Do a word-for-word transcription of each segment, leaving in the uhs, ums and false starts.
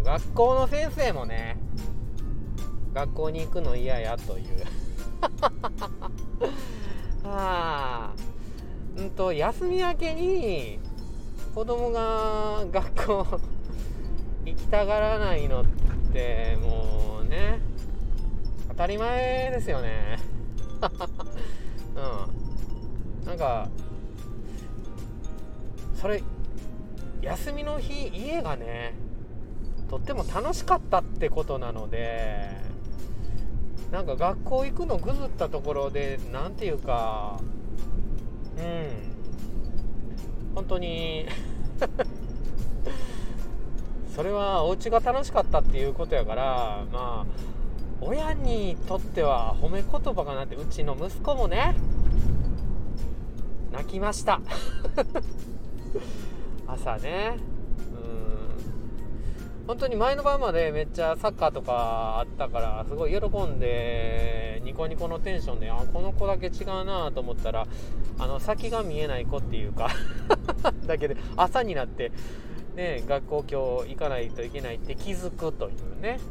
学校の先生もね学校に行くの嫌やというあうんと休み明けに子供が学校行きたがらないのってもうね当たり前ですよねうんなんかそれ休みの日家がねとっても楽しかったってことなのでなんか学校行くのぐずったところでなんていうかうん本当にそれはお家が楽しかったっていうことやからまあ親にとっては褒め言葉かなってうちの息子もね泣きました朝ねうん本当に前の晩までめっちゃサッカーとかあったからすごい喜んでニコニコのテンションであこの子だけ違うなと思ったらあの先が見えない子っていうかだけで朝になってね学校今日行かないといけないって気づくというね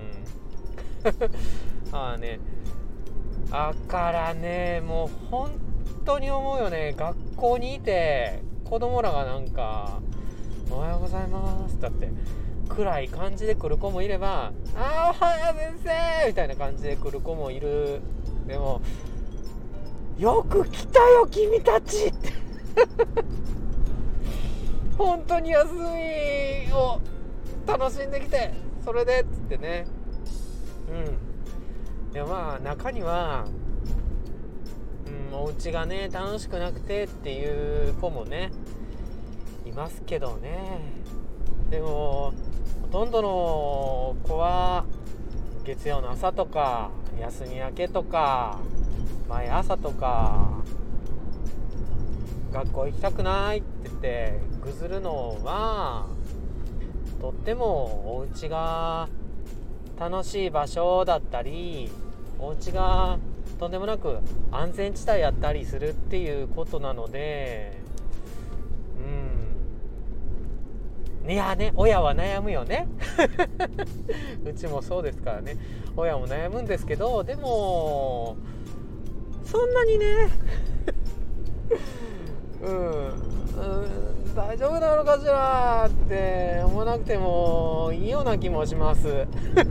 うんああねだからねもう本当に思うよね学校にいて子供らがなんかおはようございますだって暗い感じで来る子もいればあーおはよう先生みたいな感じで来る子もいるでもよく来たよ君たちって本当に休みを楽しんできてそれでっつってねうんでもまあ中にはうんお家がね楽しくなくてっていう子もねいますけどねでもほとんどの子は月曜の朝とか休み明けとか毎朝とか学校行きたくないって言ってぐずるのはとってもお家が楽しい場所だったりお家がとんでもなく安全地帯やったりするっていうことなのでうんいやね親は悩むよねうちもそうですからね親も悩むんですけどでもそんなにねうん、うん、大丈夫なのかしらって思わなくてもいいような気もしますうん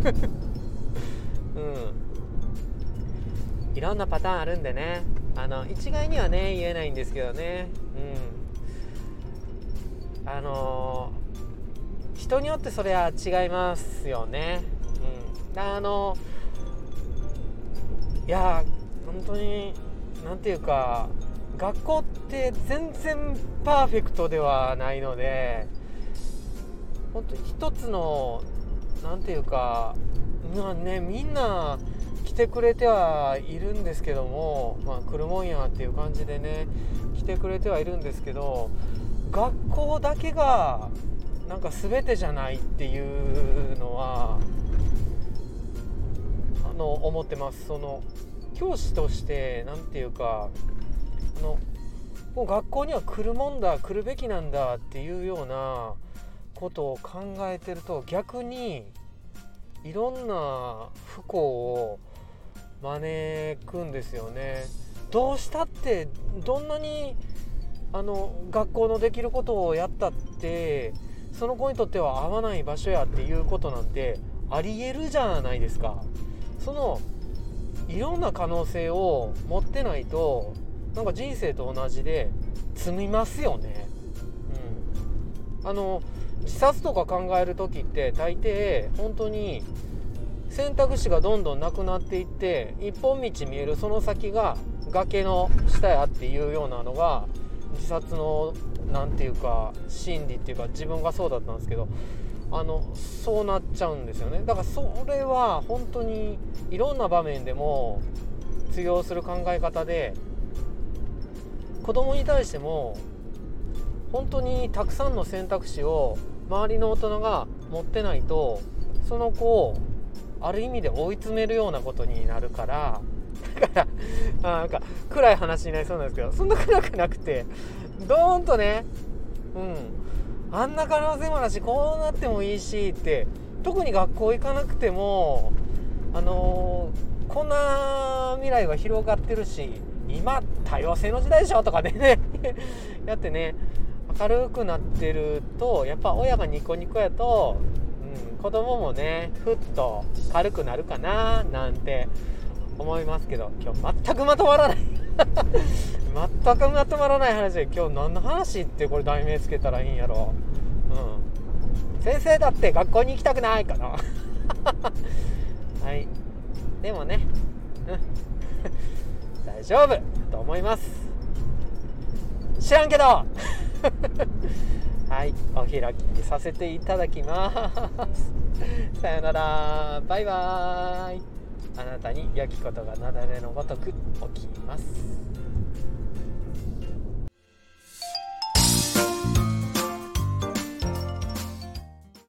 いろんなパターンあるんでねあの一概にはね言えないんですけどねうんあの人によってそれは違いますよねうんあのいや本当になんていうか学校って全然パーフェクトではないので本当一つのなんていうかまあねみんな来てくれてはいるんですけどもまあ来るもんやっていう感じでね来てくれてはいるんですけど学校だけがなんか全てじゃないっていうのはあの思ってますその教師としてなんていうかあのもう学校には来るもんだ来るべきなんだっていうようなことを考えてると逆にいろんな不幸を招くんですよねどうしたってどんなにあの学校のできることをやったってその子にとっては合わない場所やっていうことなんてありえるじゃないですかそのいろんな可能性を持ってないとなんか人生と同じで積みますよね、うん、あの自殺とか考える時って大抵本当に選択肢がどんどんなくなっていって一本道見えるその先が崖の下やっていうようなのが自殺のなんていうか心理っていうか自分がそうだったんですけどあのそうなっちゃうんですよねだからそれは本当にいろんな場面でも通用する考え方で子供に対しても本当にたくさんの選択肢を周りの大人が持ってないとその子をある意味で追い詰めるようなことになるからだからなんか暗い話になりそうなんですけどそんな暗くなくてドーンとねうんあんな可能性もあるしこうなってもいいしって特に学校行かなくてもあのー、こんな未来は広がってるし、今多様性の時代でしょとかねやってね明るくなってると、やっぱ親がニコニコやと、うん、子供もねふっと軽くなるかななんて思いますけど、今日全くまとまらない全くまとまらない話で、今日何の話ってこれ題名つけたらいいんやろ。うん、先生だって学校に行きたくないかなはい、でもね、うん、大丈夫と思います。知らんけどはい、お開きさせていただきますさよなら、バイバーイ。あなたに良きことが雪崩のごとく起きます。